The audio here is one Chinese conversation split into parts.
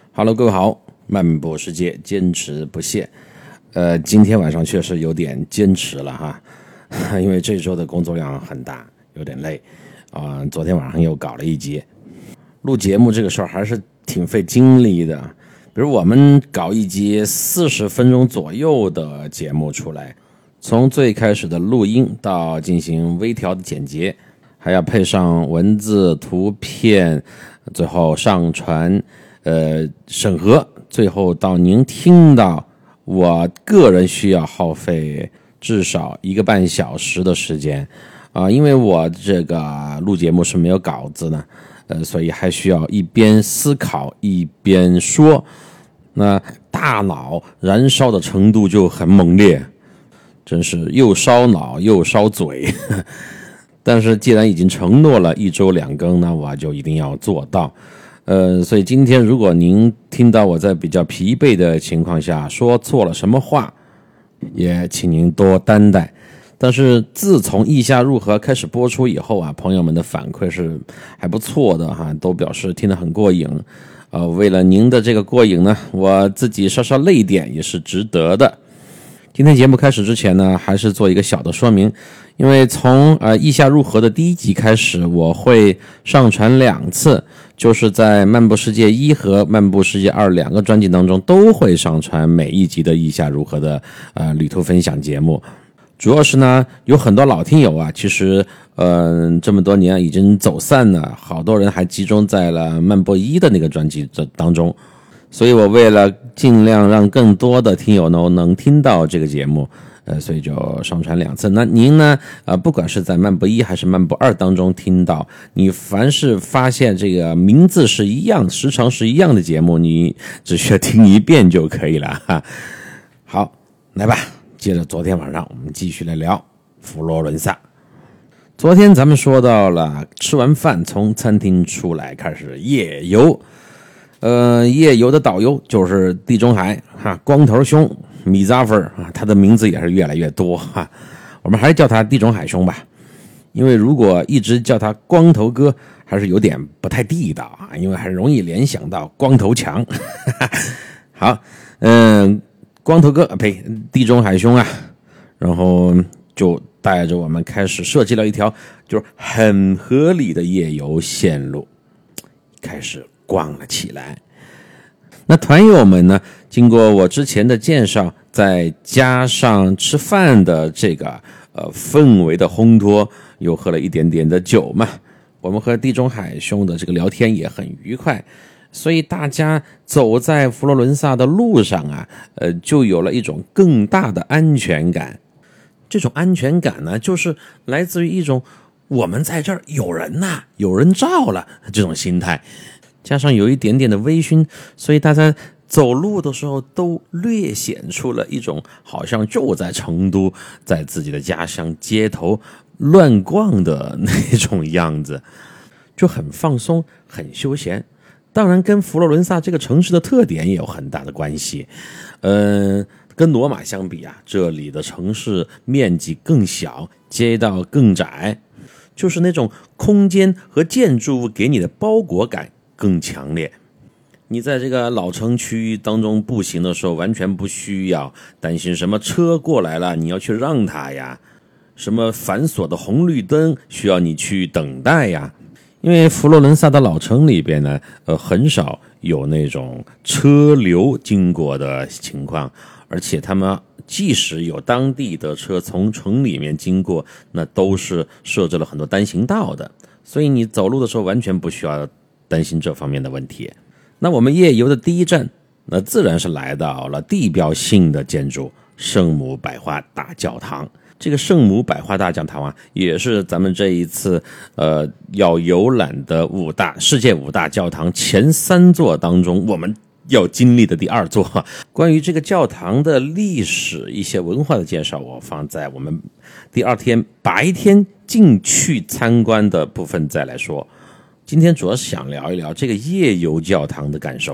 Hello， 各位好，漫步世界，坚持不懈。今天晚上确实有点坚持了哈，因为这周的工作量很大，有点累昨天晚上又搞了一集。录节目这个事儿还是挺费精力的，比如我们搞一集40分钟左右的节目出来，从最开始的录音到进行微调的剪辑，还要配上文字、图片，最后上传审核，最后到您听到，我个人需要耗费至少1个半小时的时间因为我这个录节目是没有稿子的，所以还需要一边思考一边说，那大脑燃烧的程度就很猛烈，真是又烧脑又烧嘴但是既然已经承诺了1周2更，那我就一定要做到。所以今天如果您听到我在比较疲惫的情况下说错了什么话，也请您多担待。但是自从意下入河开始播出以后朋友们的反馈是还不错的都表示听得很过瘾。为了您的这个过瘾呢，我自己稍稍累点也是值得的。今天节目开始之前呢，还是做一个小的说明，因为从意下入河的第1集开始，我会上传2次，就是在漫步世界1和漫步世界2两个专辑当中都会上传每一集的意下入河的旅途分享节目。主要是呢，有很多老听友其实这么多年已经走散了，好多人还集中在了漫步1的那个专辑当中，所以我为了尽量让更多的听友能听到这个节目，所以就上传2次。那您呢不管是在漫步1还是漫步2当中听到，你凡是发现这个名字是一样，时长是一样的节目，你只需要听一遍就可以了好，来吧，接着昨天晚上我们继续来聊佛罗伦萨。昨天咱们说到了吃完饭从餐厅出来开始夜游，夜游的导游就是地中海光头兄米扎菲他的名字也是越来越多我们还是叫他地中海兄吧，因为如果一直叫他光头哥还是有点不太地道因为还容易联想到光头强好，光头哥呸，地中海兄然后就带着我们开始设计了一条就是很合理的夜游线路，开始逛了起来。那团友们呢，经过我之前的介绍，再加上吃饭的这个氛围的烘托，又喝了一点点的酒嘛，我们和地中海兄的这个聊天也很愉快，所以大家走在佛罗伦萨的路上就有了一种更大的安全感。这种安全感呢，就是来自于一种我们在这儿有人有人照了这种心态，加上有一点点的微醺，所以大家走路的时候都略显出了一种好像就在成都，在自己的家乡街头乱逛的那种样子，就很放松很休闲。当然跟佛罗伦萨这个城市的特点也有很大的关系。跟罗马相比这里的城市面积更小，街道更窄，就是那种空间和建筑物给你的包裹感更强烈。你在这个老城区当中步行的时候，完全不需要担心什么车过来了你要去让它呀，什么繁琐的红绿灯需要你去等待呀。因为佛罗伦萨的老城里边呢，很少有那种车流经过的情况，而且他们即使有当地的车从城里面经过，那都是设置了很多单行道的，所以你走路的时候完全不需要担心这方面的问题。那我们夜游的第一站，那自然是来到了地标性的建筑圣母百花大教堂。这个圣母百花大教堂也是咱们这一次要游览的世界5大教堂前3座当中我们要经历的第2座。关于这个教堂的历史一些文化的介绍，我放在我们第2天白天进去参观的部分再来说。今天主要是想聊一聊这个夜游教堂的感受。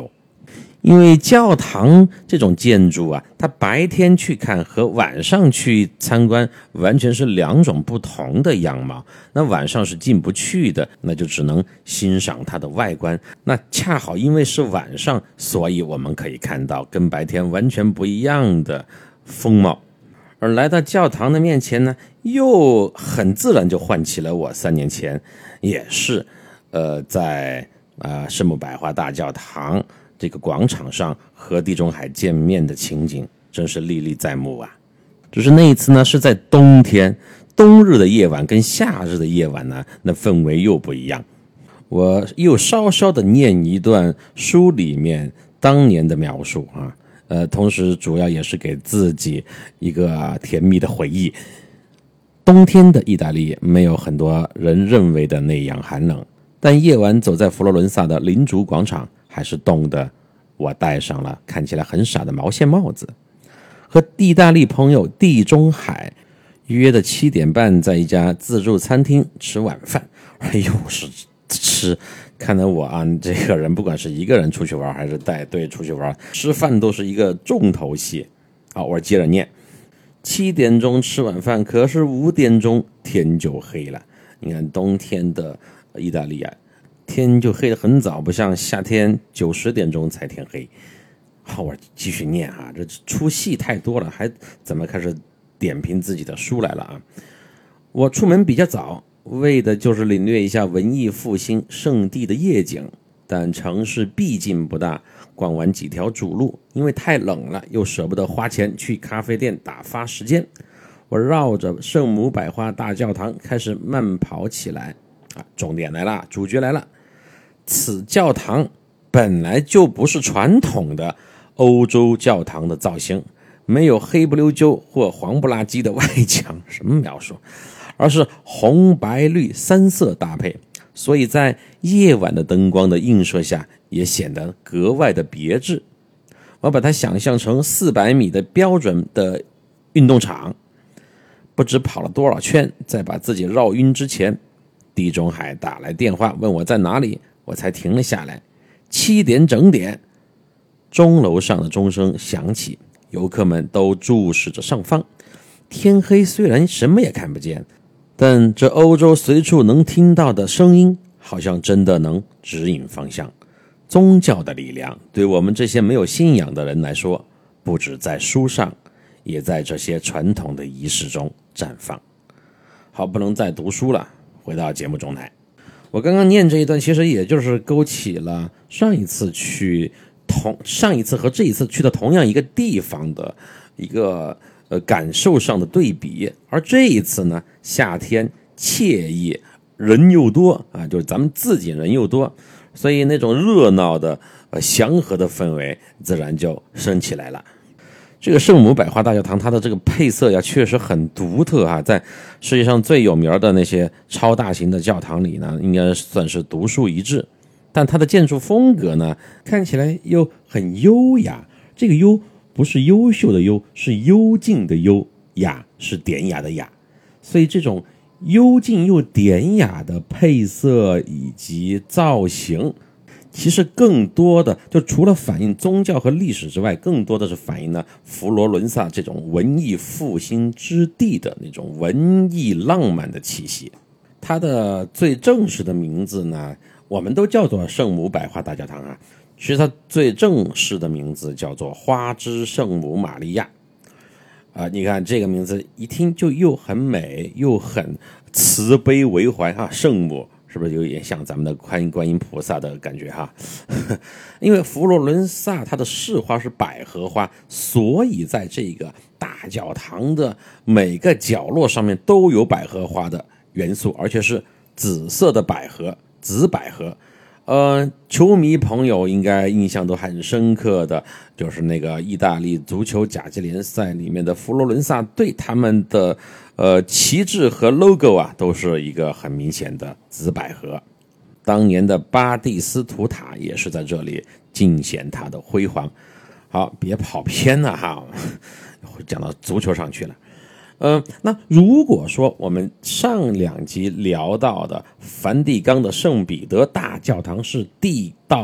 因为教堂这种建筑啊，它白天去看和晚上去参观完全是两种不同的样貌。那晚上是进不去的，那就只能欣赏它的外观。那恰好因为是晚上，所以我们可以看到跟白天完全不一样的风貌。而来到教堂的面前呢，又很自然就唤起了我3年前也是在圣母百花大教堂这个广场上和地中海见面的情景，真是历历在目啊。只是那一次呢是在冬天，冬日的夜晚跟夏日的夜晚呢，那氛围又不一样。我又稍稍的念一段书里面当年的描述啊，同时主要也是给自己一个甜蜜的回忆。冬天的意大利没有很多人认为的那样寒冷，但夜晚走在佛罗伦萨的林竹广场，还是冻得我戴上了看起来很傻的毛线帽子。和意大利朋友地中海约的7点半在一家自助餐厅吃晚饭。又是吃，看得我这个人不管是一个人出去玩还是带队出去玩，吃饭都是一个重头戏。好，我接着念。7点钟吃晚饭，可是5点钟天就黑了。你看冬天的意大利天就黑得很早，不像夏天9、10点钟才天黑。好，我继续念这出戏太多了，还怎么开始点评自己的书来了我出门比较早，为的就是领略一下文艺复兴圣地的夜景，但城市毕竟不大，逛完几条主路，因为太冷了，又舍不得花钱去咖啡店打发时间。我绕着圣母百花大教堂开始慢跑起来重点来了，主角来了。此教堂本来就不是传统的欧洲教堂的造型，没有黑不溜秋或黄不拉几的外墙，什么描述，而是红白绿3色搭配，所以在夜晚的灯光的映射下也显得格外的别致。我把它想象成400米的标准的运动场，不知跑了多少圈，在把自己绕晕之前，地中海打来电话问我在哪里，我才停了下来。7点整点，钟楼上的钟声响起，游客们都注视着上方。天黑虽然什么也看不见，但这欧洲随处能听到的声音好像真的能指引方向。宗教的力量对我们这些没有信仰的人来说，不止在书上，也在这些传统的仪式中绽放。好，不能再读书了，回到节目中来。我刚刚念这一段，其实也就是勾起了上一次和这一次去的同样一个地方的一个感受上的对比。而这一次呢，夏天惬意，人又多就是咱们自己人又多，所以那种热闹的祥和的氛围自然就升起来了。这个圣母百花大教堂，它的这个配色确实很独特在世界上最有名的那些超大型的教堂里呢，应该算是独树一帜。但它的建筑风格呢，看起来又很优雅。这个优不是优秀的优，是幽静的幽，雅是典雅的雅。所以这种幽静又典雅的配色以及造型，其实更多的就除了反映宗教和历史之外，更多的是反映了佛罗伦萨这种文艺复兴之地的那种文艺浪漫的气息。它的最正式的名字呢，我们都叫做圣母百花大教堂其实它最正式的名字叫做花之圣母玛利亚你看这个名字一听就又很美又很慈悲为怀圣母是不是有点像咱们的观音菩萨的感觉因为佛罗伦萨它的市花是百合花，所以在这个大教堂的每个角落上面都有百合花的元素，而且是紫色的百合，紫百合。球迷朋友应该印象都很深刻的，就是那个意大利足球甲级联赛里面的佛罗伦萨队，他们的旗帜和 logo 都是一个很明显的紫百合。当年的巴蒂斯图塔也是在这里尽显他的辉煌。好，别跑偏了讲到足球上去了。那如果说我们上2集聊到的梵蒂冈的圣彼得大教堂是地道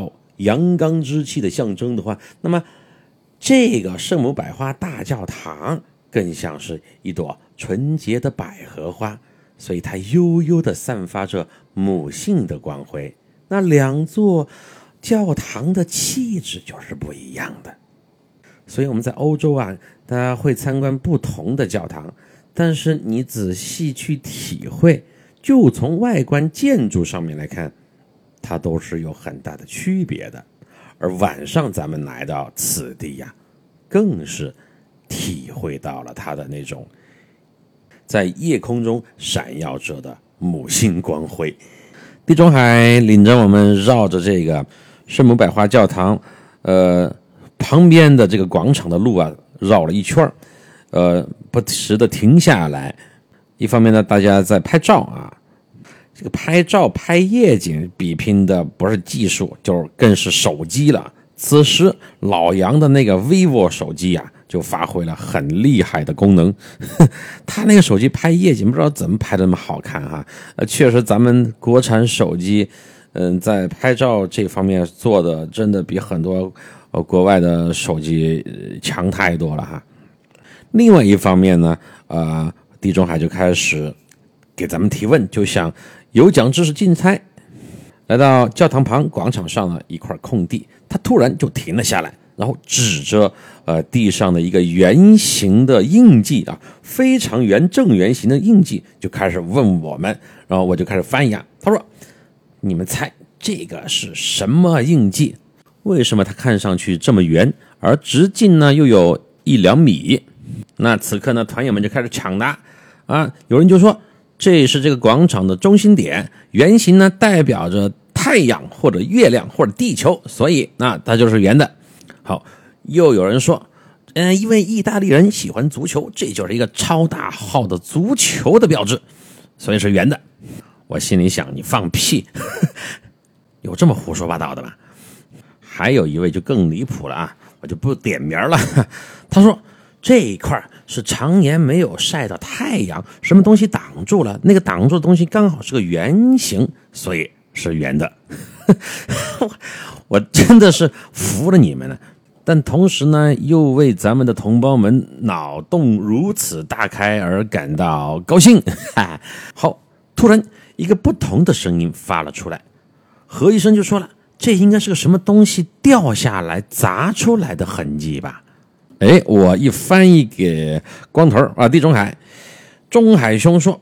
阳刚之气的象征的话，那么这个圣母百花大教堂更像是一朵纯洁的百合花，所以它悠悠地散发着母性的光辉。那两座教堂的气质就是不一样的。所以我们在欧洲啊，大家会参观不同的教堂，但是你仔细去体会，就从外观建筑上面来看，它都是有很大的区别的。而晚上咱们来到此地呀，更是体会到了它的那种在夜空中闪耀着的母性光辉。地中海领着我们绕着这个圣母百花教堂旁边的这个广场的路啊绕了一圈，不时的停下来。一方面呢，大家在拍照啊，这个拍照拍夜景比拼的不是技术，就是更是手机了。此时老杨的那个 vivo 手机啊就发挥了很厉害的功能，他那个手机拍夜景不知道怎么拍的那么好看哈。确实咱们国产手机在拍照这方面做的真的比很多国外的手机强太多了哈。另外一方面呢，地中海就开始给咱们提问，就像有奖知识竞猜。来到教堂旁广场上的一块空地，他突然就停了下来，然后指着地上的一个圆形的印记啊，非常正圆形的印记，就开始问我们，然后我就开始翻译啊。他说：“你们猜这个是什么印记？为什么它看上去这么圆，而直径呢又有1-2米？”那此刻呢，团友们就开始抢答啊，有人就说这是这个广场的中心点，圆形呢代表着太阳或者月亮或者地球，所以那它就是圆的。好，又有人说因为意大利人喜欢足球，这就是一个超大号的足球的标志，所以是圆的。我心里想，你放屁有这么胡说八道的吗？还有一位就更离谱了啊，我就不点名了。他说这一块是常年没有晒到太阳，什么东西挡住了，那个挡住的东西刚好是个圆形，所以是圆的。我真的是服了你们了，但同时呢，又为咱们的同胞们脑洞如此大开而感到高兴。好，突然一个不同的声音发了出来，何医生就说了，这应该是个什么东西掉下来砸出来的痕迹吧。我一翻译给光头啊，地中海，中海兄说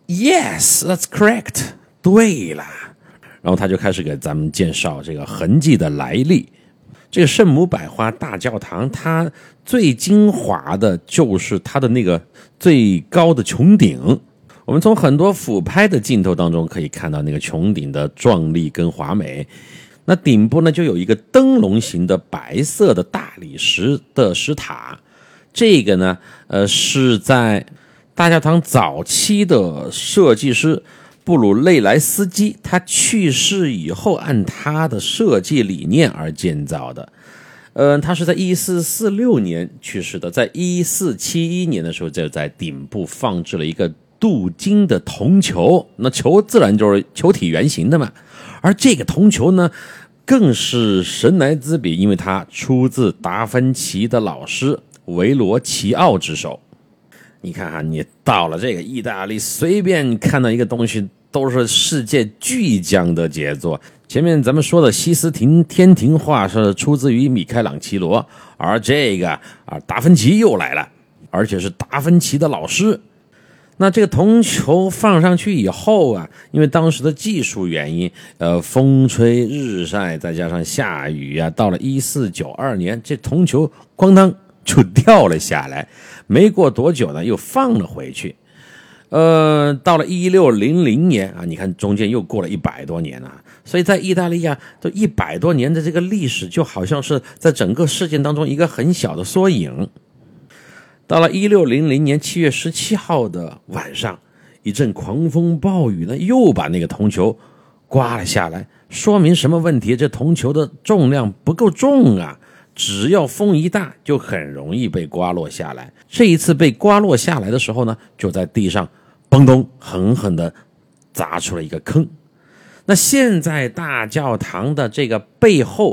Yes, that's correct， 对了。然后他就开始给咱们介绍这个痕迹的来历。这个圣母百花大教堂，它最精华的就是它的那个最高的穹顶。我们从很多俯拍的镜头当中可以看到那个穹顶的壮丽跟华美。那顶部呢就有一个灯笼形的白色的大理石的石塔，这个呢是在大教堂早期的设计师布鲁内莱斯基他去世以后按他的设计理念而建造的。他是在1446年去世的，在1471年的时候就在顶部放置了一个镀金的铜球，那球自然就是球体圆形的嘛。而这个铜球呢更是神来之笔，因为它出自达芬奇的老师维罗奇奥之手。你看哈，你到了这个意大利，随便看到一个东西都是世界巨匠的杰作。前面咱们说的西斯廷天庭画是出自于米开朗基罗，而这个达芬奇又来了，而且是达芬奇的老师。那这个铜球放上去以后啊，因为当时的技术原因，风吹日晒，再加上下雨啊，到了1492年，这铜球咣当就掉了下来，没过多久呢，又放了回去。到了1600年啊，你看中间又过了100多年啊，所以在意大利啊，都100多年的这个历史，就好像是在整个事件当中一个很小的缩影。到了1600年7月17号的晚上，一阵狂风暴雨呢，又把那个铜球刮了下来。说明什么问题？这铜球的重量不够重啊，只要风一大就很容易被刮落下来。这一次被刮落下来的时候呢，就在地上嘣咚狠狠地砸出了一个坑。那现在大教堂的这个背后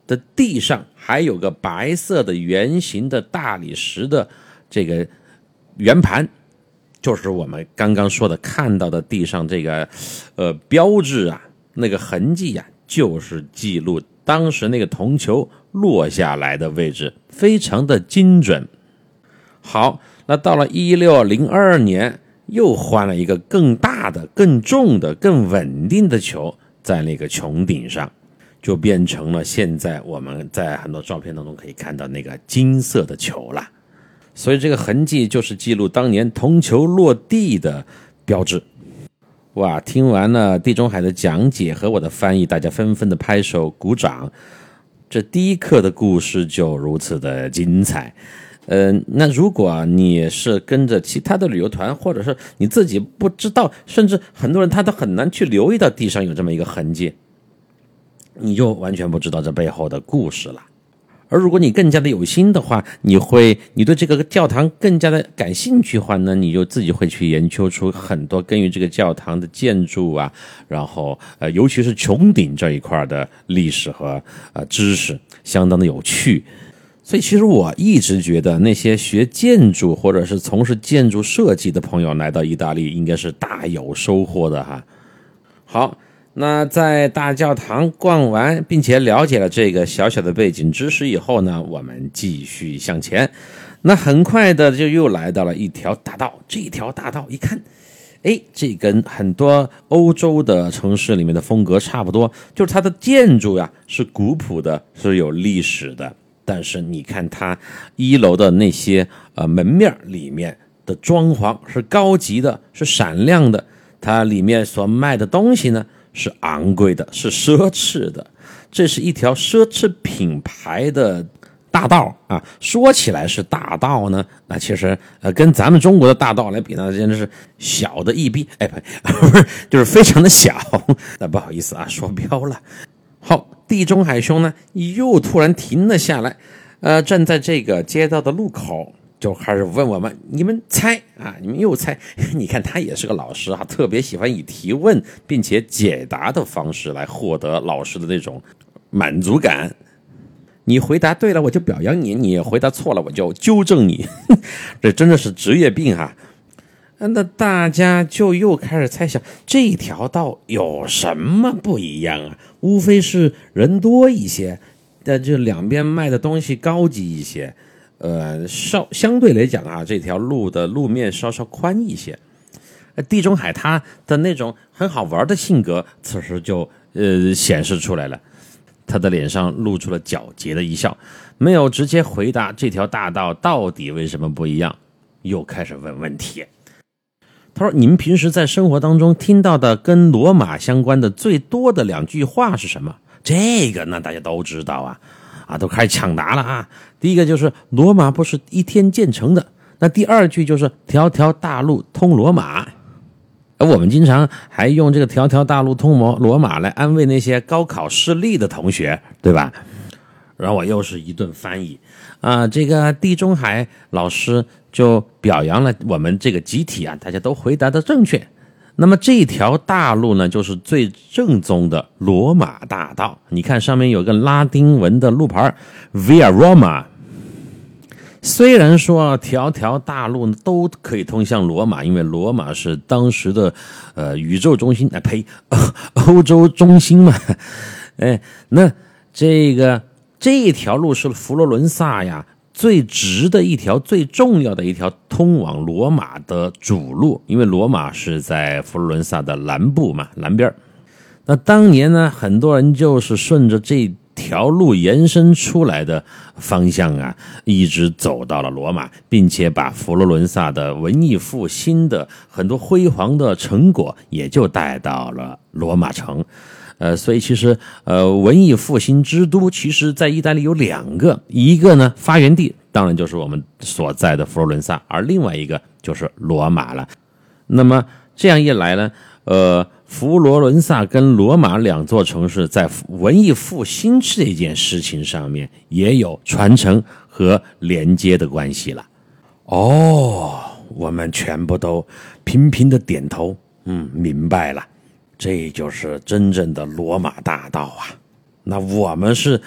的地上还有个白色的圆形的大理石的这个圆盘，就是我们刚刚说的看到的地上这个标志啊，那个痕迹啊，就是记录当时那个铜球落下来的位置，非常的精准。好，那到了1602年，又换了一个更大的、更重的、更稳定的球在那个穹顶上，就变成了现在我们在很多照片当中可以看到那个金色的球了。所以这个痕迹就是记录当年铜球落地的标志。哇，听完了地中海的讲解和我的翻译，大家纷纷的拍手鼓掌。这第一课的故事就如此的精彩。那如果你是跟着其他的旅游团，或者是你自己不知道，甚至很多人他都很难去留意到地上有这么一个痕迹，你就完全不知道这背后的故事了。而如果你更加的有心的话，你对这个教堂更加的感兴趣的话呢，你就自己会去研究出很多关于这个教堂的建筑啊，然后尤其是穹顶这一块的历史和知识，相当的有趣。所以其实我一直觉得那些学建筑或者是从事建筑设计的朋友来到意大利应该是大有收获的哈。好，那在大教堂逛完并且了解了这个小小的背景知识以后呢，我们继续向前。那很快的就又来到了一条大道，这条大道一看，这跟很多欧洲的城市里面的风格差不多，就是它的建筑呀是古朴的，是有历史的。但是你看它一楼的那些门面里面的装潢是高级的，是闪亮的，它里面所卖的东西呢是昂贵的，是奢侈的。这是一条奢侈品牌的大道啊，说起来是大道呢，那其实跟咱们中国的大道来比呢，简直是小的一逼，不是，就是非常的小。那不好意思啊，说标了。好，地中海兄呢又突然停了下来，站在这个街道的路口，就开始问我们，你们猜啊，你们又猜。你看他也是个老师啊，特别喜欢以提问并且解答的方式来获得老师的那种满足感。你回答对了我就表扬你，你回答错了我就纠正你。这真的是职业病啊。那大家就又开始猜想，这条道有什么不一样啊？无非是人多一些，这两边卖的东西高级一些，相对来讲啊，这条路的路面稍稍宽一些。地中海它的那种很好玩的性格，此时就显示出来了。他的脸上露出了狡黠的一笑，没有直接回答这条大道到底为什么不一样，又开始问问题。他说，你们平时在生活当中听到的跟罗马相关的最多的2句话是什么？这个呢大家都知道啊，都开始抢答了啊。第一个就是罗马不是一天建成的，那第2句就是条条大路通罗马。我们经常还用这个条条大路通罗马来安慰那些高考失利的同学，对吧？然后我又是一顿翻译这个地中海老师就表扬了我们这个集体啊，大家都回答的正确。那么这条大路呢，就是最正宗的罗马大道。你看上面有个拉丁文的路牌 Via Roma。虽然说条条大路都可以通向罗马，因为罗马是当时的宇宙中心，欧洲中心嘛。那这条路是佛罗伦萨呀最直的一条、最重要的一条通往罗马的主路，因为罗马是在佛罗伦萨的南部嘛，南边。那当年呢，很多人就是顺着这条路延伸出来的方向啊，一直走到了罗马，并且把佛罗伦萨的文艺复兴的很多辉煌的成果也就带到了罗马城。所以其实文艺复兴之都其实在意大利有2个，一个呢发源地当然就是我们所在的佛罗伦萨，而另外一个就是罗马了。那么这样一来呢，佛罗伦萨跟罗马2座城市在文艺复兴这件事情上面也有传承和连接的关系了。我们全部都频频的点头，明白了。这就是真正的罗马大道啊！那我们是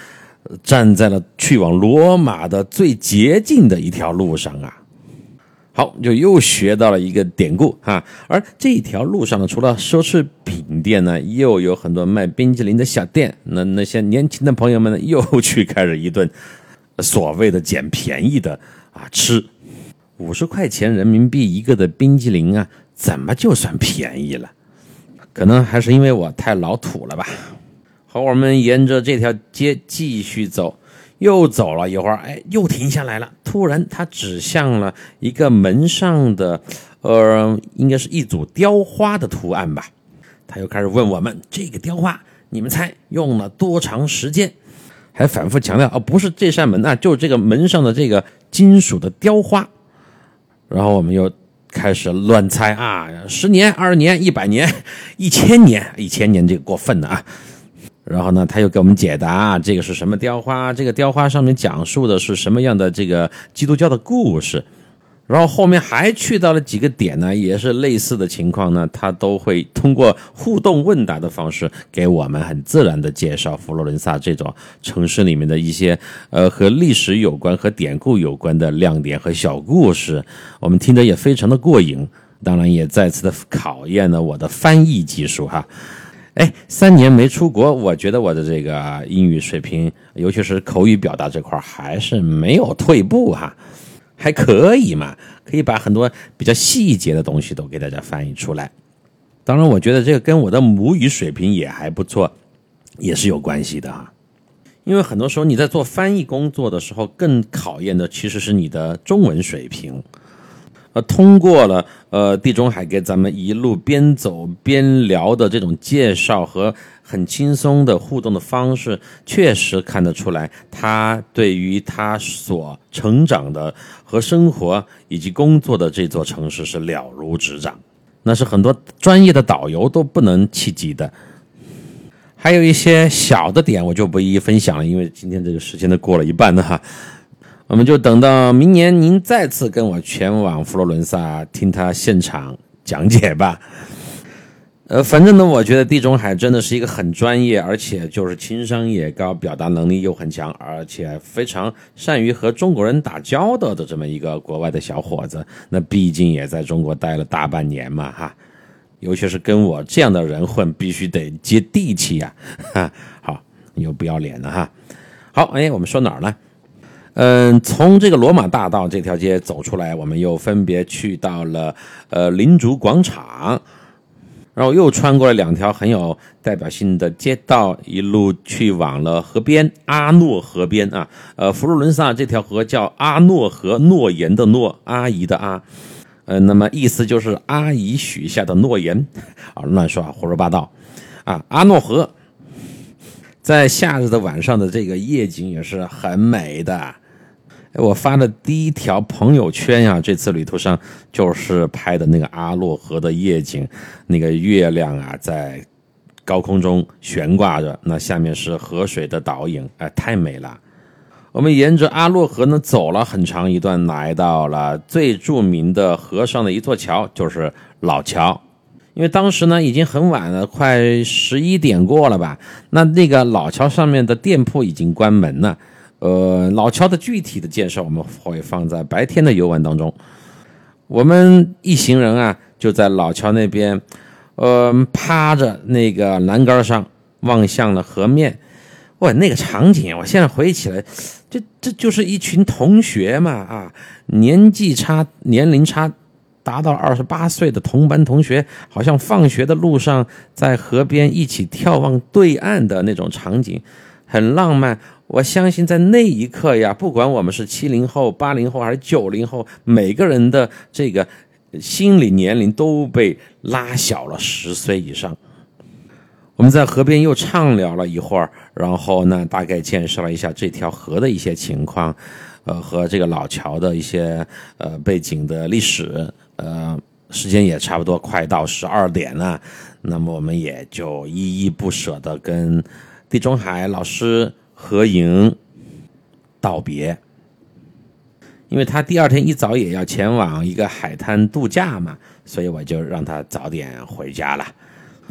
站在了去往罗马的最捷径的一条路上啊。好，就又学到了一个典故啊。而这条路上呢，除了奢侈品店呢，又有很多卖冰淇淋的小店。那些年轻的朋友们呢，又去开始一顿所谓的捡便宜的吃。50块钱人民币一个的冰淇淋啊，怎么就算便宜了？可能还是因为我太老土了吧。好，我们沿着这条街继续走，又走了一会儿，又停下来了。突然他指向了一个门上的应该是一组雕花的图案吧。他又开始问我们，这个雕花你们猜用了多长时间？还反复强调不是这扇门啊，就是这个门上的这个金属的雕花。然后我们又开始乱猜10年、20年、100年、1000年，1000年这个过分的啊。然后呢，他又给我们解答这个是什么雕花，这个雕花上面讲述的是什么样的这个基督教的故事。然后后面还去到了几个点呢，也是类似的情况呢，他都会通过互动问答的方式给我们很自然的介绍佛罗伦萨这种城市里面的一些和历史有关和典故有关的亮点和小故事，我们听得也非常的过瘾。当然也再次的考验了我的翻译技术哈。3年没出国，我觉得我的这个英语水平，尤其是口语表达这块还是没有退步哈。还可以嘛，可以把很多比较细节的东西都给大家翻译出来。当然我觉得这个跟我的母语水平也还不错，也是有关系的啊。因为很多时候你在做翻译工作的时候，更考验的其实是你的中文水平。通过了地中海给咱们一路边走边聊的这种介绍和很轻松的互动的方式，确实看得出来他对于他所成长的和生活以及工作的这座城市是了如指掌，那是很多专业的导游都不能企及的。还有一些小的点我就不一一分享了，因为今天这个时间都过了一半了哈。我们就等到明年您再次跟我前往佛罗伦萨听他现场讲解吧。反正呢，我觉得地中海真的是一个很专业，而且就是情商也高，表达能力又很强，而且非常善于和中国人打交道的这么一个国外的小伙子。那毕竟也在中国待了大半年嘛哈，尤其是跟我这样的人混，必须得接地气呀。好，又不要脸了哈。好，我们说哪儿呢？从这个罗马大道这条街走出来，我们又分别去到了领主广场，然后又穿过了2条很有代表性的街道，一路去往了河边，阿诺河边啊。佛罗伦萨这条河叫阿诺河，诺言的诺，阿姨的阿。那么意思就是阿姨许下的诺言乱说胡说八道阿诺河在夏日的晚上的这个夜景也是很美的。我发的第一条朋友圈这次旅途上就是拍的那个阿诺河的夜景，那个月亮在高空中悬挂着，那下面是河水的倒影，太美了。我们沿着阿诺河呢走了很长一段，来到了最著名的河上的一座桥，就是老桥。因为当时呢已经很晚了，快11点过了吧，那个老桥上面的店铺已经关门了。老桥的具体的介绍我们会放在白天的游玩当中。我们一行人就在老桥那边趴着那个栏杆上望向了河面。那个场景我现在回忆起来，这就是一群同学嘛年龄差达到28岁的同班同学，好像放学的路上在河边一起眺望对岸的那种场景，很浪漫。我相信在那一刻不管我们是70后、80后还是90后，每个人的这个心理年龄都被拉小了10岁以上。我们在河边又畅聊了一会儿，然后呢，大概介绍了一下这条河的一些情况，和这个老桥的一些背景的历史。时间也差不多快到12点了，那么我们也就依依不舍的跟地中海老师合影道别。因为他第2天一早也要前往一个海滩度假嘛，所以我就让他早点回家了。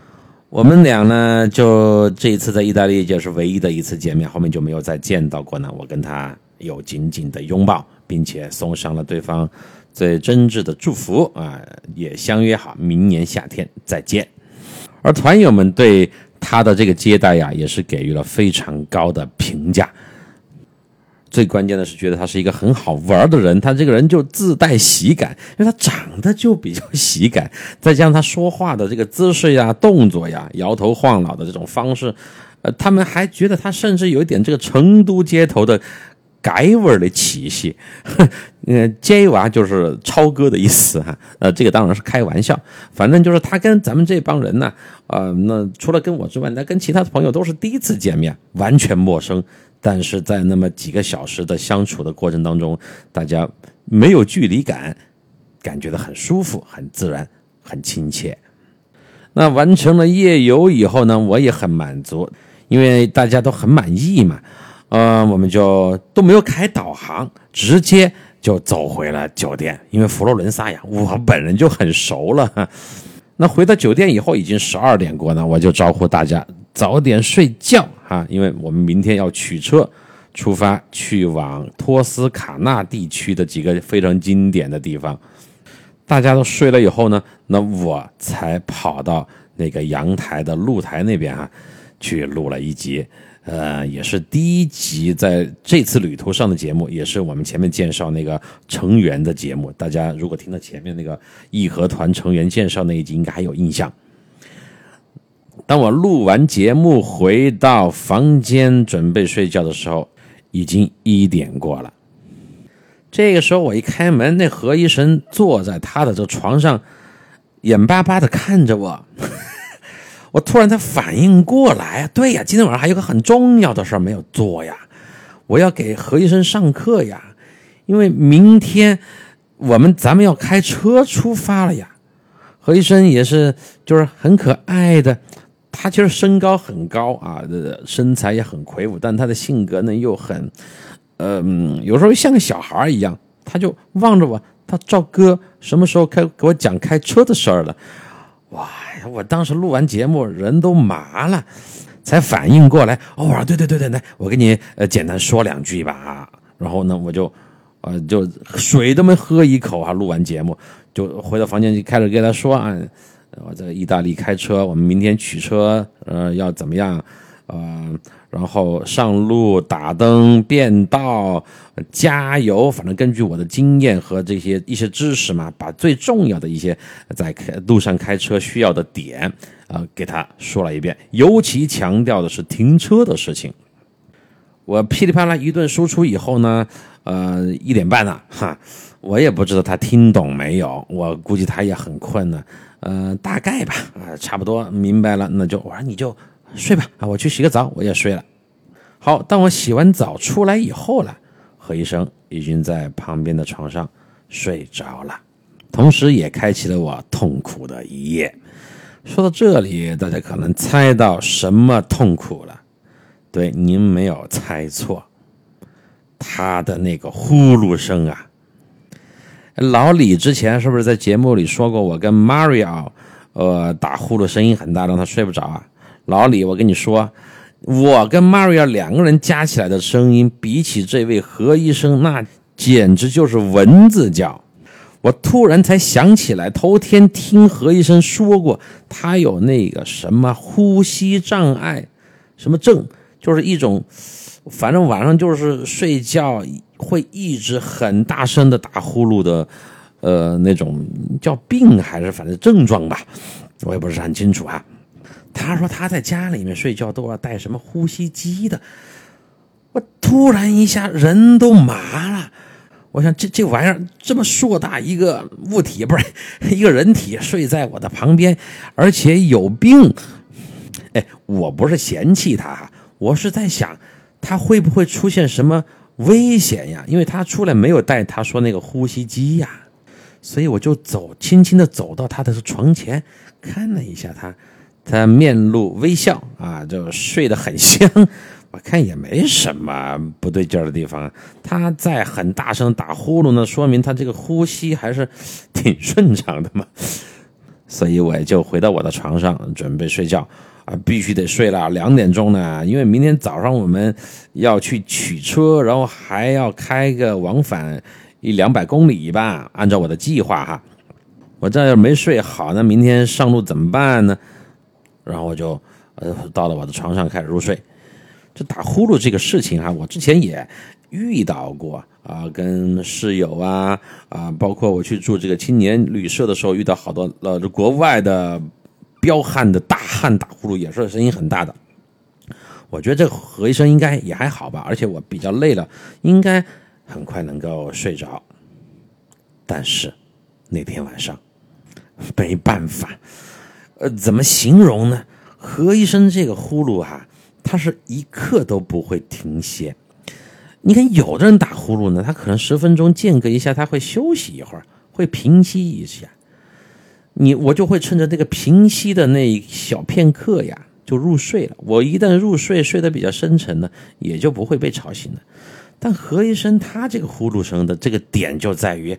我们俩呢，就这一次在意大利就是唯一的一次见面，后面就没有再见到过呢。我跟他有紧紧的拥抱，并且送上了对方最真挚的祝福啊，也相约好明年夏天再见。而团友们对他的这个接待呀，也是给予了非常高的评价。最关键的是觉得他是一个很好玩的人，他这个人就自带喜感，因为他长得就比较喜感，再加上他说话的这个姿势呀、动作呀、摇头晃脑的这种方式，他们还觉得他甚至有一点这个成都街头的改味的气息。街娃就是超哥的意思哈，这个当然是开玩笑，反正就是他跟咱们这帮人呢，那除了跟我之外，那跟其他的朋友都是第一次见面，完全陌生。但是在那么几个小时的相处的过程当中，大家没有距离感，感觉到很舒服、很自然、很亲切。那完成了夜游以后呢，我也很满足，因为大家都很满意嘛。我们就都没有开导航，直接就走回了酒店。因为佛罗伦萨呀，我本人就很熟了。那回到酒店以后已经12点过呢，我就招呼大家早点睡觉哈，因为我们明天要取车出发去往托斯卡纳地区的几个非常经典的地方。大家都睡了以后呢，那我才跑到那个阳台的露台那边去录了一集。也是第一集在这次旅途上的节目，也是我们前面介绍那个成员的节目。大家如果听到前面那个义和团成员介绍那一集，应该还有印象。当我录完节目回到房间准备睡觉的时候，已经1点过了。这个时候我一开门，那何医生坐在他的这床上，眼巴巴的看着我。我突然才反应过来，对呀，今天晚上还有个很重要的事没有做呀，我要给何医生上课呀，因为明天咱们要开车出发了呀。何医生也是就是很可爱的，他其实身高很高啊，身材也很魁梧，但他的性格呢又很有时候像个小孩一样，他就望着我，他赵哥什么时候给我讲开车的事儿了。哇，我当时录完节目人都麻了，才反应过来。对，来，我给你简单说2句吧。然后呢，我就水都没喝一口录完节目就回到房间，就开始跟他说我在意大利开车，我们明天取车要怎么样然后上路打灯变道加油，反正根据我的经验和一些知识嘛，把最重要的一些在路上开车需要的点给他说了一遍，尤其强调的是停车的事情。我噼里啪啦一顿输出以后呢1点半了我也不知道他听懂没有，我估计他也很困了大概吧差不多明白了，那就我说你就睡吧我去洗个澡，我也睡了。好，当我洗完澡出来以后了，何医生已经在旁边的床上睡着了，同时也开启了我痛苦的一夜。说到这里，大家可能猜到什么痛苦了？对，您没有猜错，他的那个呼噜声老李之前是不是在节目里说过，我跟 Mario 打呼噜声音很大，让他睡不着老李，我跟你说，我跟 Mario 2个人加起来的声音，比起这位何医生，那简直就是蚊子叫。我突然才想起来，头天听何医生说过，他有那个什么呼吸障碍，什么症，就是一种，反正晚上就是睡觉会一直很大声的打呼噜的，那种叫病还是反正症状吧，我也不是很清楚他说他在家里面睡觉都要带什么呼吸机的，我突然一下人都麻了。我想这玩意儿这么硕大一个物体，不是一个人体睡在我的旁边，而且有病。我不是嫌弃他我是在想他会不会出现什么危险呀？因为他出来没有带他说那个呼吸机呀，所以我就轻轻的走到他的床前，看了一下他面露微笑就睡得很香，我看也没什么不对劲的地方。他在很大声打呼噜呢，说明他这个呼吸还是挺顺畅的嘛。 所以我就回到我的床上准备睡觉必须得睡了2点钟呢，因为明天早上我们要去取车，然后还要开个往返100-200公里吧，按照我的计划哈。我这要没睡好，那明天上路怎么办呢？然后我就到了我的床上开始入睡。这打呼噜这个事情我之前也遇到过跟室友包括我去住这个青年旅社的时候，遇到好多国外的彪悍的大汉打呼噜，也是声音很大的。我觉得这个何医生应该也还好吧，而且我比较累了，应该很快能够睡着。但是那天晚上没办法，怎么形容呢？何医生这个呼噜他是一刻都不会停歇。你看有的人打呼噜呢，他可能10分钟间隔一下，他会休息一会儿，会平息一下。我就会趁着这个平息的那小片刻就入睡了。我一旦入睡，睡得比较深沉呢，也就不会被吵醒了。但何医生他这个呼噜声的这个点就在于，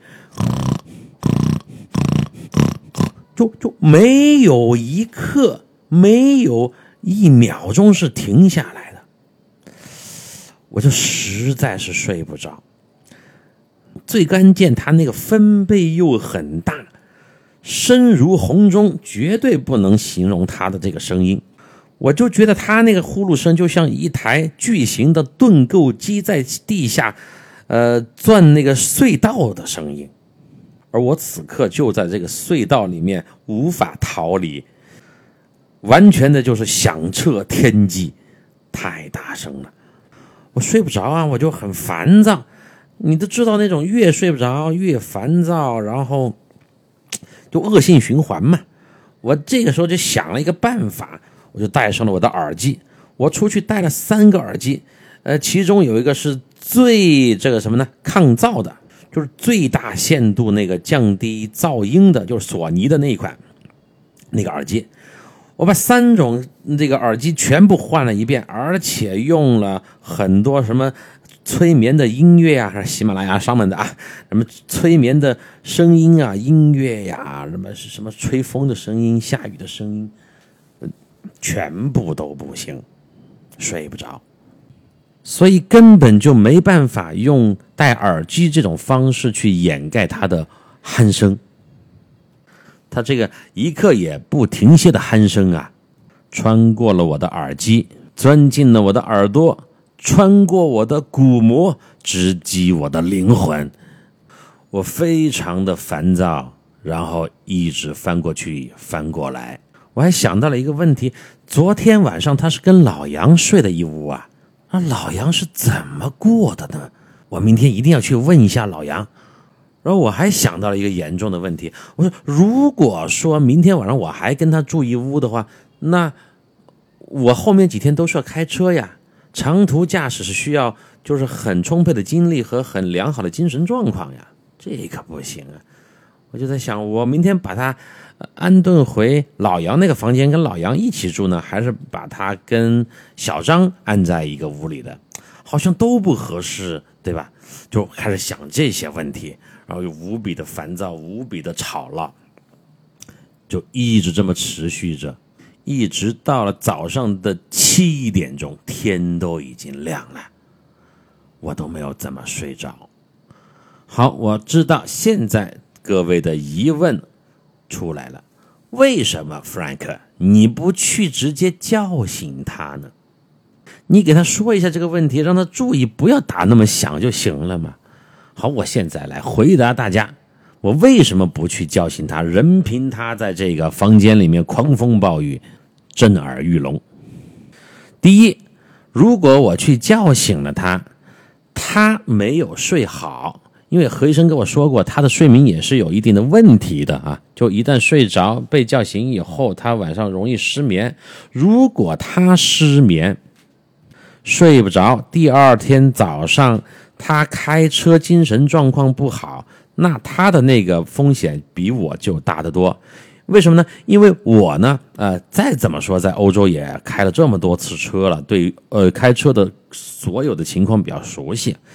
就没有一刻，没有1秒钟是停下来的，我就实在是睡不着。最关键，他那个分贝又很大，声如洪钟，绝对不能形容他的这个声音。我就觉得他那个呼噜声就像一台巨型的盾构机在地下钻那个隧道的声音，而我此刻就在这个隧道里面无法逃离，完全的就是响彻天际，太大声了，我睡不着我就很烦躁。你都知道那种越睡不着越烦躁，然后就恶性循环嘛。我这个时候就想了一个办法，我就带上了我的耳机。我出去带了3个耳机，其中有一个是最这个什么呢，抗噪的，就是最大限度那个降低噪音的，就是索尼的那一款那个耳机。我把3种这个耳机全部换了一遍，而且用了很多什么催眠的音乐还是喜马拉雅上面的什么催眠的声音音乐什么吹风的声音，下雨的声音，全部都不行，睡不着。所以根本就没办法用戴耳机这种方式去掩盖它的鼾声。它这个一刻也不停歇的鼾声穿过了我的耳机，钻进了我的耳朵，穿过我的鼓膜，直击我的灵魂。我非常的烦躁，然后一直翻过去翻过来。我还想到了一个问题，昨天晚上他是跟老杨睡的一屋那老杨是怎么过的呢？我明天一定要去问一下老杨。然后我还想到了一个严重的问题，我说如果说明天晚上我还跟他住一屋的话，那我后面几天都是要开车长途驾驶是需要就是很充沛的精力和很良好的精神状况这可不行我就在想，我明天把他安顿回老杨那个房间跟老杨一起住呢，还是把他跟小张安在一个屋里的，好像都不合适，对吧？就开始想这些问题，然后又无比的烦躁，无比的吵闹，就一直这么持续着，一直到了早上的7点钟，天都已经亮了，我都没有怎么睡着。好，我知道现在各位的疑问出来了，为什么 Frank 你不去直接叫醒他呢？你给他说一下这个问题，让他注意不要打那么响就行了嘛。好，我现在来回答大家，我为什么不去叫醒他，任凭他在这个房间里面狂风暴雨，震耳欲聋。第一，如果我去叫醒了他，他没有睡好，因为何医生跟我说过，他的睡眠也是有一定的问题的就一旦睡着被叫醒以后，他晚上容易失眠。如果他失眠睡不着，第二天早上他开车精神状况不好，那他的那个风险比我就大得多。为什么呢？因为我呢再怎么说在欧洲也开了这么多次车了，对于开车的所有的情况比较熟悉。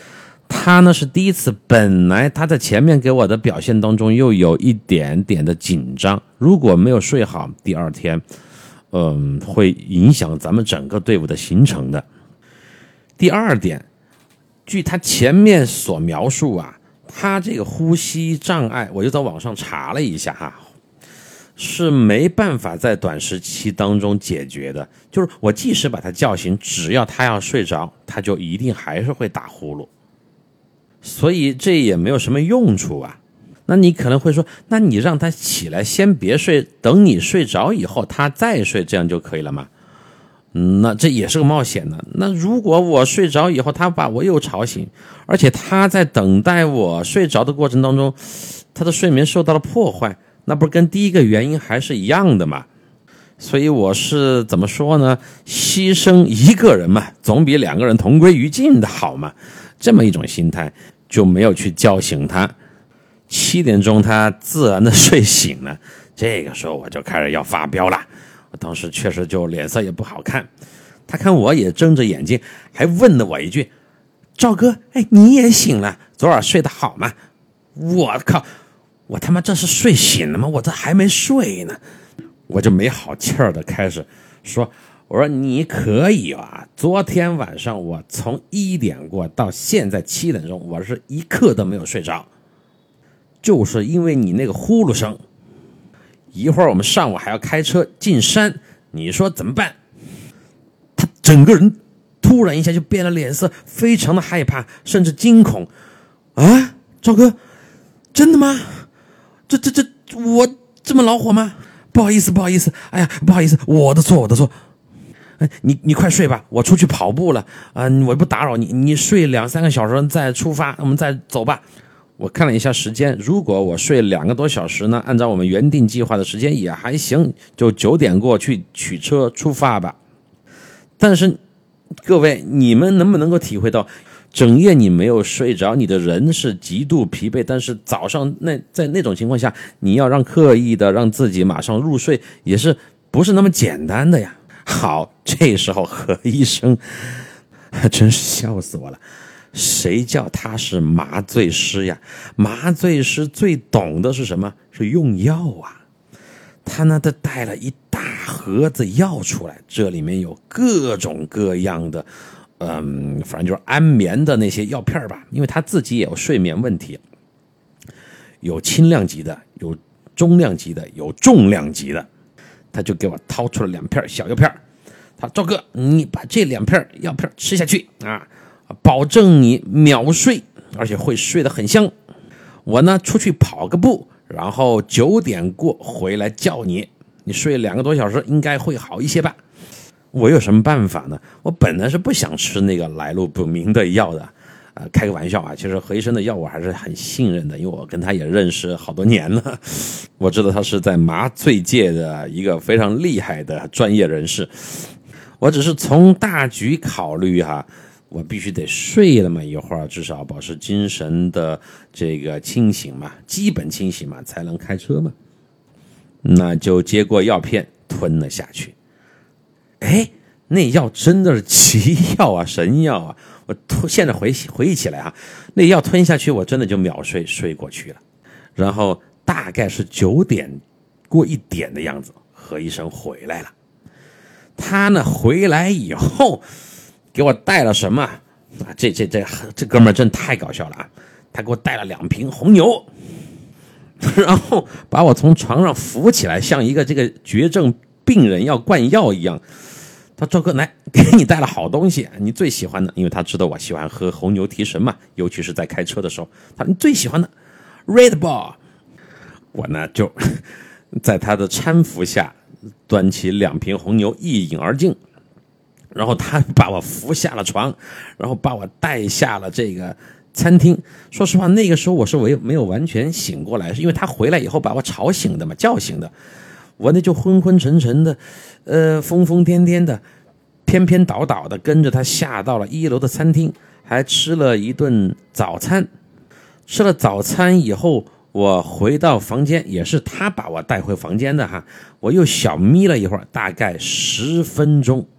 他呢是第一次，本来他在前面给我的表现当中又有一点点的紧张，如果没有睡好，第二天会影响咱们整个队伍的行程的。第二点，据他前面所描述啊，他这个呼吸障碍，我就在网上查了一下哈，是没办法在短时期当中解决的。就是我即使把他叫醒，只要他要睡着，他就一定还是会打呼噜，所以这也没有什么用处啊。那你可能会说，那你让他起来先别睡，等你睡着以后他再睡，这样就可以了吗？那这也是个冒险的。那如果我睡着以后他把我又吵醒，而且他在等待我睡着的过程当中他的睡眠受到了破坏，那不是跟第一个原因还是一样的吗？所以我是怎么说呢，牺牲一个人嘛，总比两个人同归于尽的好嘛，这么一种心态，就没有去叫醒他。7点钟他自然的睡醒了，这个时候我就开始要发飙了。我当时确实就脸色也不好看，他看我也睁着眼睛，还问了我一句，赵哥，你也醒了，昨晚睡得好吗？我靠，我他妈这是睡醒了吗？我这还没睡呢。我就没好气儿的开始说，我说你可以啊，昨天晚上我从1点过到现在7点钟，我是一刻都没有睡着，就是因为你那个呼噜声。一会儿我们上午还要开车进山，你说怎么办？他整个人突然一下就变了脸色，非常的害怕，甚至惊恐。啊，赵哥，真的吗？我这么恼火吗？不好意思，哎呀，不好意思，我的错。你快睡吧，我出去跑步了我不打扰你，你睡2-3个小时再出发，我们再走吧。我看了一下时间，如果我睡2个多小时呢，按照我们原定计划的时间也还行，就9点过去取车出发吧。但是各位，你们能不能够体会到，整夜你没有睡着，你的人是极度疲惫，但是早上在那种情况下，你要刻意的让自己马上入睡，也是不是那么简单的呀。好，这时候何医生真是笑死我了。谁叫他是麻醉师呀？麻醉师最懂的是什么？是用药啊。他带了一大盒子药出来，这里面有各种各样的反正就是安眠的那些药片吧，因为他自己也有睡眠问题，有轻量级的，有中量级的，有重量级的。他就给我掏出了2片小药片，他赵哥，你把这2片药片吃下去啊，保证你秒睡，而且会睡得很香。我呢出去跑个步，然后9点过回来叫你睡2个多小时，应该会好一些吧。我有什么办法呢？我本来是不想吃那个来路不明的药的，开个玩笑啊，其实何医生的药我还是很信任的，因为我跟他也认识好多年了，我知道他是在麻醉界的一个非常厉害的专业人士。我只是从大局考虑哈，我必须得睡了嘛一会儿，至少保持精神的这个清醒嘛，基本清醒嘛，才能开车嘛。那就接过药片吞了下去。那药真的是奇药啊，神药啊！我现在回忆起来那药吞下去，我真的就秒睡过去了。然后大概是9点过1点的样子，何医生回来了。他呢回来以后给我带了什么这哥们儿真太搞笑了啊！他给我带了2瓶红牛，然后把我从床上扶起来，像一个这个绝症病人要灌药一样。他赵哥，来给你带了好东西，你最喜欢的，因为他知道我喜欢喝红牛提神嘛，尤其是在开车的时候，他说你最喜欢的 Red Bull。 我呢就在他的搀扶下端起2瓶红牛一饮而尽，然后他把我扶下了床，然后把我带下了这个餐厅。说实话，那个时候我是没有完全醒过来，是因为他回来以后把我吵醒的嘛，叫醒的。我那就昏昏沉沉的疯疯癫癫的，偏偏倒倒的跟着他下到了1楼的餐厅，还吃了一顿早餐。吃了早餐以后，我回到房间，也是他把我带回房间的我又小眯了一会儿，大概10分钟。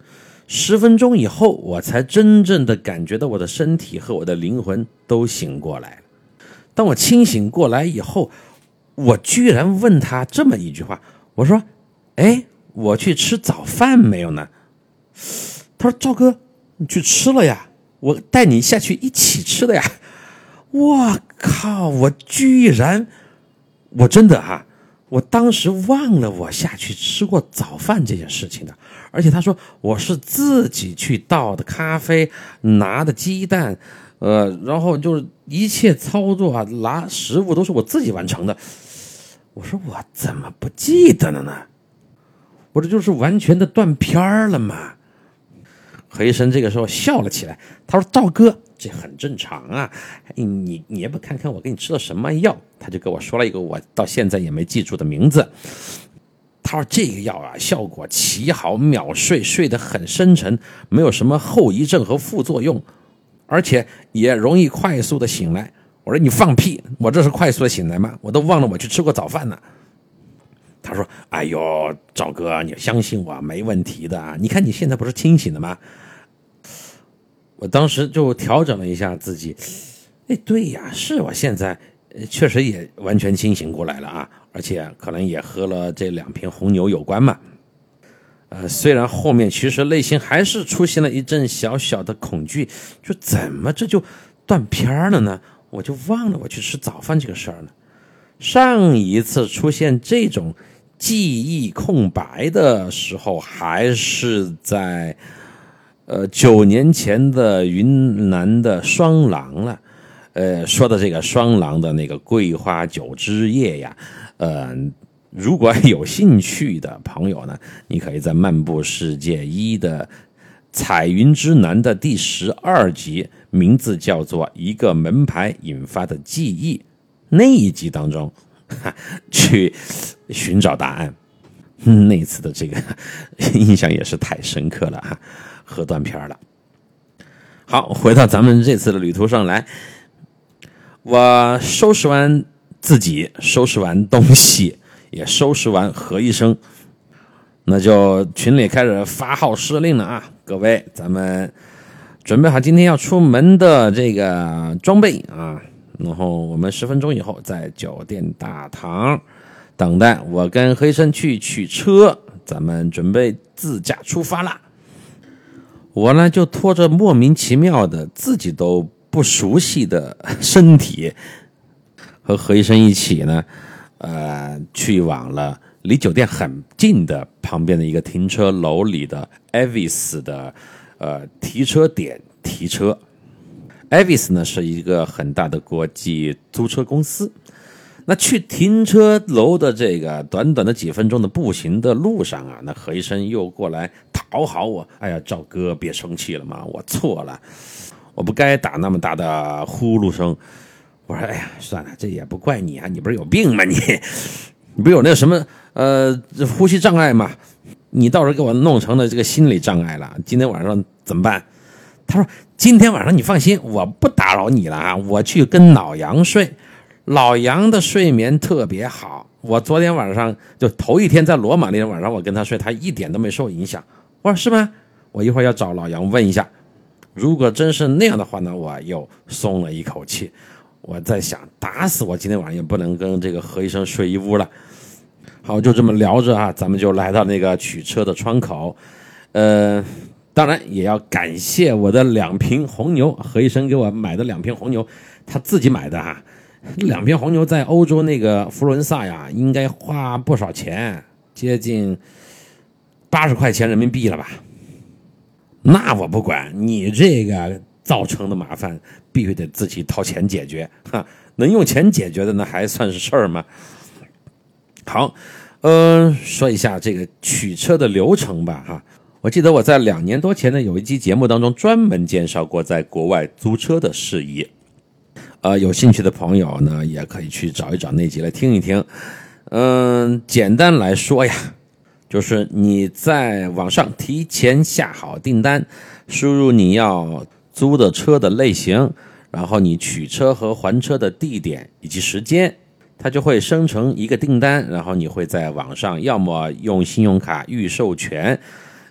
10分钟以后，我才真正的感觉到我的身体和我的灵魂都醒过来了。当我清醒过来以后，我居然问他这么一句话，我说：“哎，我去吃早饭没有呢？”他说：“赵哥，你去吃了呀，我带你下去一起吃的呀。”我靠，我真的我当时忘了我下去吃过早饭这件事情的。而且他说我是自己去倒的咖啡，拿的鸡蛋，然后就是一切操作拿食物都是我自己完成的。我说我怎么不记得了呢？我这就是完全的断片了嘛。何医生这个时候笑了起来，他说：“赵哥，这很正常啊，你也不看看我给你吃了什么药。”他就跟我说了一个我到现在也没记住的名字。他说这个药效果奇好，秒睡，睡得很深沉，没有什么后遗症和副作用，而且也容易快速的醒来。我说你放屁，我这是快速的醒来吗？我都忘了我去吃过早饭呢。他说：“哎呦，赵哥，你相信我，没问题的。你看你现在不是清醒的吗？”我当时就调整了一下自己，对呀，是我现在确实也完全清醒过来了而且可能也喝了这2瓶红牛有关嘛。虽然后面其实内心还是出现了一阵小小的恐惧，就怎么这就断片了呢？我就忘了我去吃早饭这个事儿了。上一次出现这种记忆空白的时候，还是在9年前的云南的双廊了。说的这个双廊的那个桂花酒之夜呀，如果有兴趣的朋友呢，你可以在《漫步世界1》的彩云之南的第12集，名字叫做一个门牌引发的记忆，那一集当中去寻找答案。那次的这个印象也是太深刻了喝断片了。好，回到咱们这次的旅途上来，我收拾完自己，收拾完东西，也收拾完何医生，那就群里开始发号施令了各位，咱们准备好今天要出门的这个装备然后我们10分钟以后在酒店大堂等待我跟何医生去取车，咱们准备自驾出发啦。我呢就拖着莫名其妙的自己都不熟悉的身体，和何医生一起呢去往了离酒店很近的旁边的一个停车楼里的 Avis 的提车点提车。Avis 呢是一个很大的国际租车公司。那去停车楼的这个短短的几分钟的步行的路上那何医生又过来讨好我。哎呀，赵哥别生气了嘛，我错了，我不该打那么大的呼噜声。我说哎呀，算了，这也不怪你你不是有病吗？你不是有那什么呼吸障碍吗？你到时候给我弄成了这个心理障碍了，今天晚上怎么办？他说今天晚上你放心，我不打扰你了我去跟老杨睡。老杨的睡眠特别好，我昨天晚上就头一天在罗马那天晚上我跟他睡，他一点都没受影响。我说是吗？我一会儿要找老杨问一下。如果真是那样的话呢，我又松了一口气。我在想，打死我今天晚上也不能跟这个何医生睡一屋了。好，就这么聊着咱们就来到那个取车的窗口。当然也要感谢我的2瓶红牛，何医生给我买的2瓶红牛，他自己买的2瓶红牛在欧洲那个佛罗伦萨应该花不少钱，接近80块钱人民币了吧。那我不管，你这个造成的麻烦必须得自己掏钱解决能用钱解决的那还算是事儿吗？好，说一下这个取车的流程吧我记得我在2年多前呢有一期节目当中专门介绍过在国外租车的事宜。有兴趣的朋友呢，也可以去找一找那集来听一听。简单来说呀，就是你在网上提前下好订单，输入你要租的车的类型，然后你取车和还车的地点以及时间，它就会生成一个订单，然后你会在网上要么用信用卡预授权，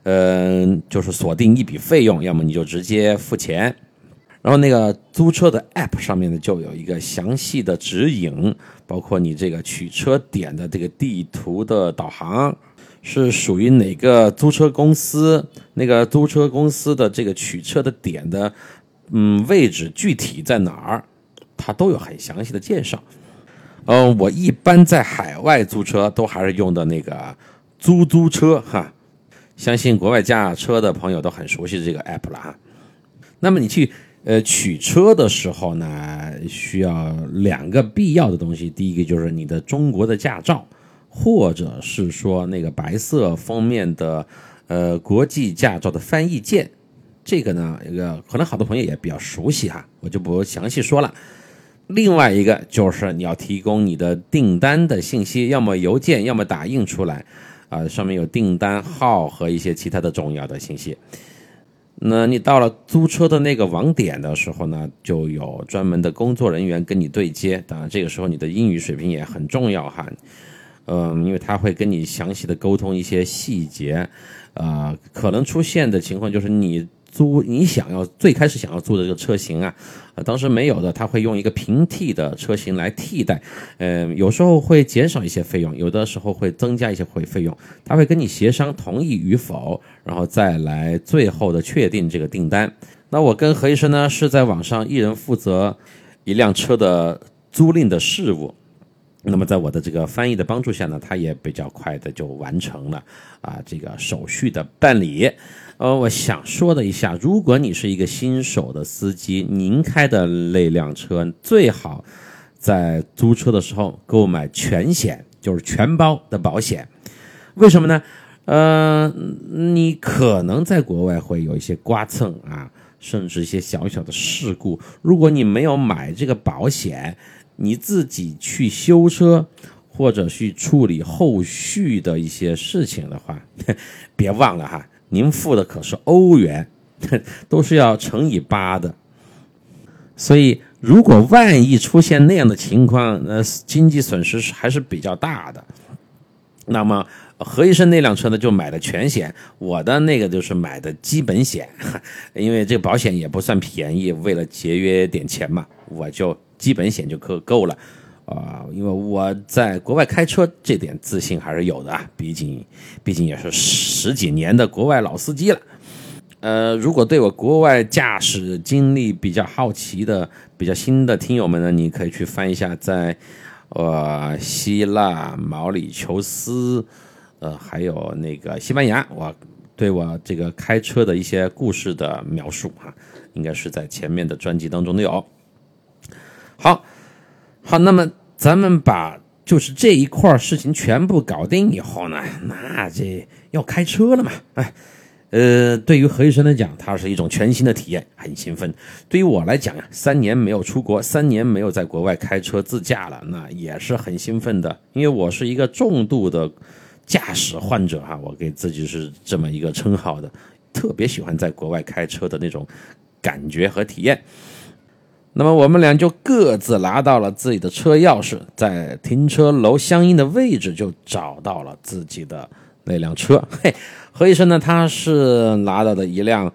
就是锁定一笔费用，要么你就直接付钱。然后那个租车的 App 上面呢，就有一个详细的指引，包括你这个取车点的这个地图的导航，是属于哪个租车公司，那个租车公司的这个取车的点的位置具体在哪儿，它都有很详细的介绍。我一般在海外租车都还是用的那个租车哈，相信国外驾车的朋友都很熟悉这个 app 了哈。那么你去取车的时候呢，需要2个必要的东西，第一个就是你的中国的驾照，或者是说那个白色封面的国际驾照的翻译件。这个呢，可能好多朋友也比较熟悉哈，我就不详细说了。另外一个就是你要提供你的订单的信息，要么邮件，要么打印出来，上面有订单号和一些其他的重要的信息。那你到了租车的那个网点的时候呢，就有专门的工作人员跟你对接，当然这个时候你的英语水平也很重要哈，因为他会跟你详细的沟通一些细节，可能出现的情况就是你最开始想要租的这个车型啊，当时没有的，他会用一个平替的车型来替代，有时候会减少一些费用，有的时候会增加一些费用，他会跟你协商同意与否，然后再来最后的确定这个订单。那我跟何医生呢是在网上一人负责一辆车的租赁的事务。那么在我的这个翻译的帮助下呢，他也比较快的就完成了这个手续的办理。我想说的一下，如果你是一个新手的司机，您开的那辆车最好在租车的时候购买全险，就是全包的保险。为什么呢？你可能在国外会有一些刮蹭甚至一些小小的事故，如果你没有买这个保险，你自己去修车或者去处理后续的一些事情的话，别忘了哈，您付的可是欧元，都是要乘以8的。所以如果万一出现那样的情况，经济损失还是比较大的。那么何医生那辆车呢就买的全险，我的那个就是买的基本险，因为这个保险也不算便宜，为了节约点钱嘛，我就基本险就够了。因为我在国外开车这点自信还是有的毕竟也是10几年的国外老司机了。如果对我国外驾驶经历比较好奇的、比较新的听友们呢，你可以去翻一下在希腊、毛里求斯，还有那个西班牙，我对我这个开车的一些故事的描述应该是在前面的专辑当中都有。好，那么咱们把就是这一块事情全部搞定以后呢，那这要开车了嘛，对于何医生来讲，它是一种全新的体验，很兴奋。对于我来讲3年没有出国，3年没有在国外开车自驾了，那也是很兴奋的，因为我是一个重度的驾驶患者我给自己是这么一个称号的，特别喜欢在国外开车的那种感觉和体验。那么我们俩就各自拿到了自己的车钥匙，在停车楼相应的位置就找到了自己的那辆车。何医生呢，他是拿到的一辆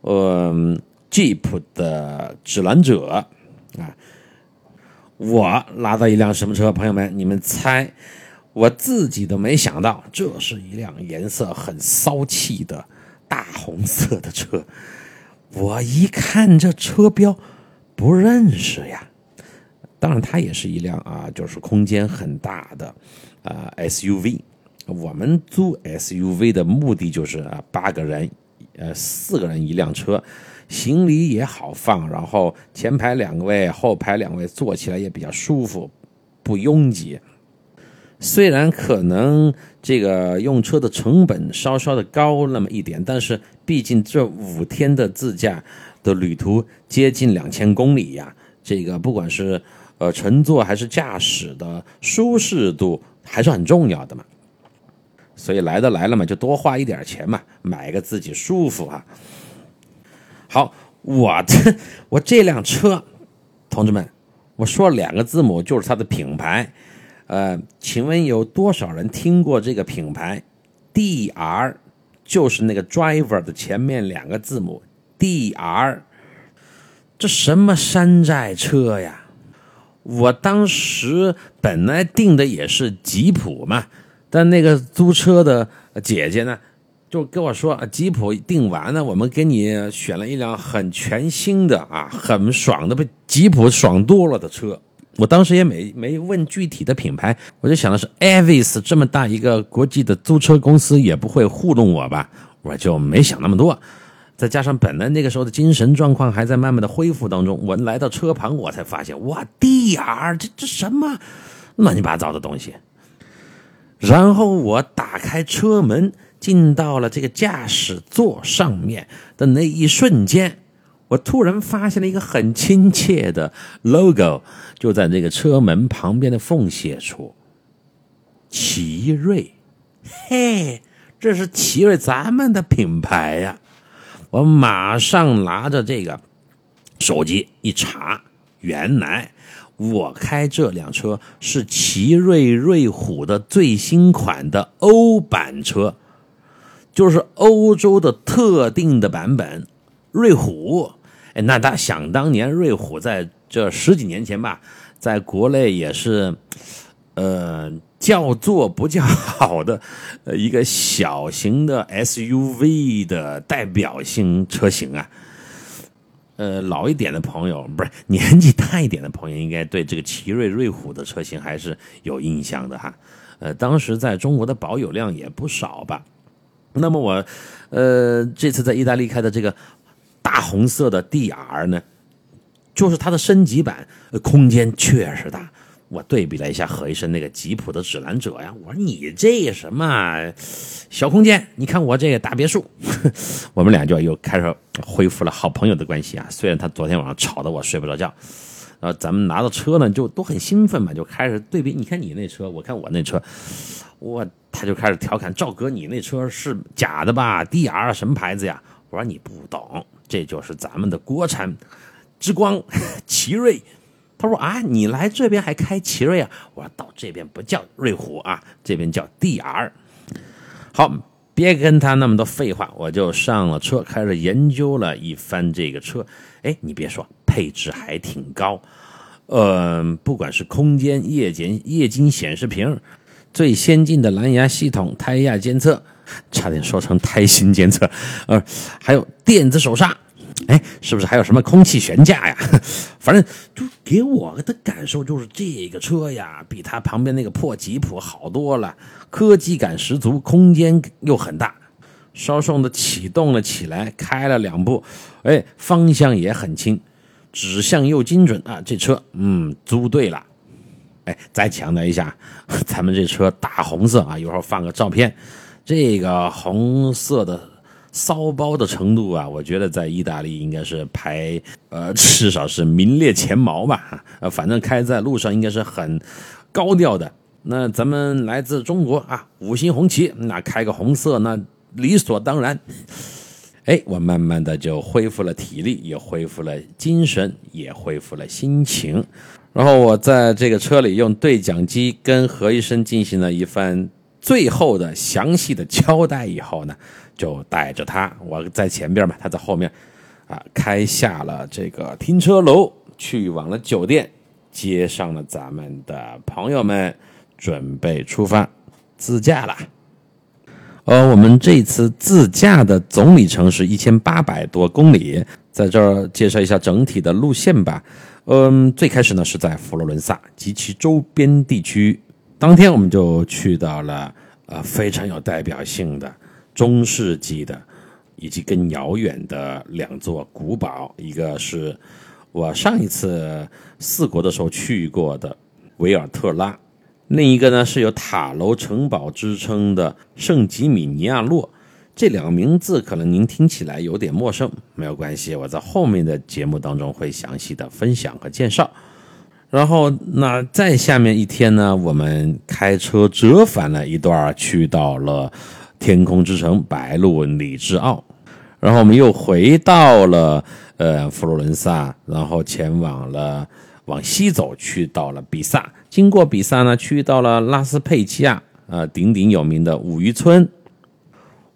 Jeep 的指南者我拿到一辆什么车？朋友们，你们猜？我自己都没想到，这是一辆颜色很骚气的大红色的车。我一看这车标不认识呀，当然它也是一辆就是空间很大的SUV。我们租 SUV 的目的就是8个人4个人一辆车，行李也好放，然后前排2位后排2位坐起来也比较舒服，不拥挤。虽然可能这个用车的成本稍稍的高那么一点，但是毕竟这5天的自驾的旅途接近2000公里呀，这个不管是乘坐还是驾驶的舒适度还是很重要的嘛。所以来了嘛，就多花一点钱嘛，买个自己舒服好，我这辆车，同志们，我说2个字母就是它的品牌。请问有多少人听过这个品牌 DR 就是那个 driver 的前面2个字母 DR。 这什么山寨车呀？我当时本来订的也是吉普嘛，但那个租车的姐姐呢就跟我说，吉普订完了，我们给你选了一辆很全新的很爽的，比吉普爽多了的车。我当时也没问具体的品牌，我就想的是 Avis 这么大一个国际的租车公司也不会糊弄我吧，我就没想那么多。再加上本来那个时候的精神状况还在慢慢的恢复当中，我来到车旁我才发现，哇 DR 这什么乱七八糟的东西。然后我打开车门进到了这个驾驶座上面的那一瞬间，我突然发现了一个很亲切的 logo， 就在这个车门旁边的缝隙处，奇瑞。嘿，这是奇瑞咱们的品牌呀！我马上拿着这个手机一查，原来我开这辆车是奇瑞瑞虎的最新款的欧版车，就是欧洲的特定的版本瑞虎。那想当年瑞虎在这10几年前吧，在国内也是叫做不叫好的一个小型的 SUV 的代表性车型啊。老一点的朋友，不是年纪大一点的朋友，应该对这个奇瑞瑞虎的车型还是有印象的哈。当时在中国的保有量也不少吧。那么我这次在意大利开的这个大红色的 DR 呢，就是它的升级版，空间确实大。我对比了一下何医生那个吉普的指南者呀，我说你这什么小空间，你看我这个大别墅。我们俩就又开始恢复了好朋友的关系啊。虽然他昨天晚上吵得我睡不着觉，咱们拿到车呢就都很兴奋嘛，就开始对比，你看你那车，我看我那车，他就开始调侃，赵哥你那车是假的吧 ？DR 什么牌子呀？我说你不懂，这就是咱们的国产之光奇瑞。他说你来这边还开奇瑞啊？我说到这边不叫瑞虎啊，这边叫 DR。 好，别跟他那么多废话，我就上了车，开始研究了一番这个车。你别说，配置还挺高。不管是空间、液晶显示屏，最先进的蓝牙系统、胎压监测，差点说成胎心监测，还有电子手刹。是不是还有什么空气悬架呀？反正就给我的感受就是这个车呀，比它旁边那个破吉普好多了，科技感十足，空间又很大。稍纵的启动了起来，开了2步，方向也很轻，指向又精准啊！这车，租对了。再强调一下，咱们这车大红色啊，一会儿放个照片。这个红色的骚包的程度啊，我觉得在意大利应该是排至少是名列前茅吧。反正开在路上应该是很高调的。那咱们来自中国啊，5星红旗，那开个红色那理所当然。我慢慢的就恢复了体力，也恢复了精神，也恢复了心情。然后我在这个车里用对讲机跟何医生进行了一番最后的详细的交代以后呢，就带着他，我在前边嘛，他在后面开下了这个停车楼，去往了酒店，接上了咱们的朋友们，准备出发自驾了。我们这次自驾的总里程是1800多公里，在这儿介绍一下整体的路线吧。最开始呢是在佛罗伦萨及其周边地区，当天我们就去到了非常有代表性的中世纪的以及更遥远的2座古堡，一个是我上一次4国的时候去过的维尔特拉，另一个呢是有塔楼城堡之称的圣吉米尼亚洛。这2个名字可能您听起来有点陌生，没有关系，我在后面的节目当中会详细的分享和介绍。然后那再下面一天呢，我们开车折返了一段，去到了天空之城白鹿里兹奥，然后我们又回到了佛罗伦萨，然后前往了往西走，去到了比萨，经过比萨呢，去到了拉斯佩齐亚鼎鼎有名的五渔村。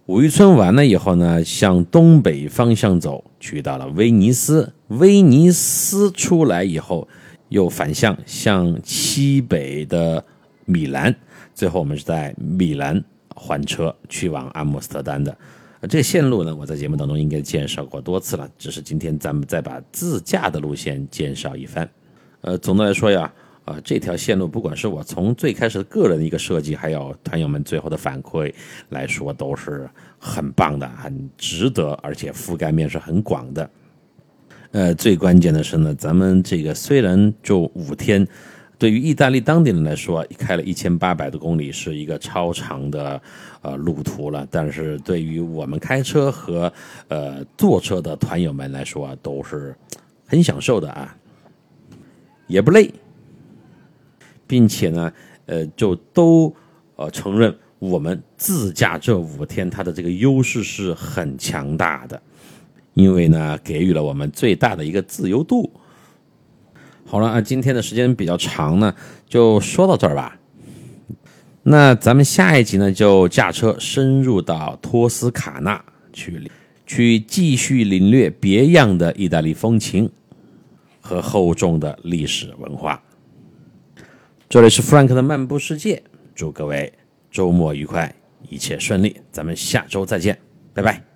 五渔村完了以后呢，向东北方向走，去到了威尼斯。威尼斯出来以后，又反向向西北的米兰，最后我们是在米兰换车去往阿姆斯特丹的。这个线路呢，我在节目当中应该介绍过多次了，只是今天咱们再把自驾的路线介绍一番。总的来说呀，这条线路不管是我从最开始的个人的一个设计，还有团友们最后的反馈来说，都是很棒的，很值得，而且覆盖面是很广的。最关键的是呢，咱们这个虽然就5天，对于意大利当地人来说，开了1800多公里是一个超长的路途了，但是对于我们开车和坐车的团友们来说，都是很享受的啊，也不累，并且呢，就都承认我们自驾这5天它的这个优势是很强大的，因为呢，给予了我们最大的一个自由度。好了啊，今天的时间比较长呢，就说到这儿吧。那咱们下一集呢，就驾车深入到托斯卡纳去继续领略别样的意大利风情和厚重的历史文化。这里是 Frank 的漫步世界，祝各位周末愉快，一切顺利，咱们下周再见，拜拜。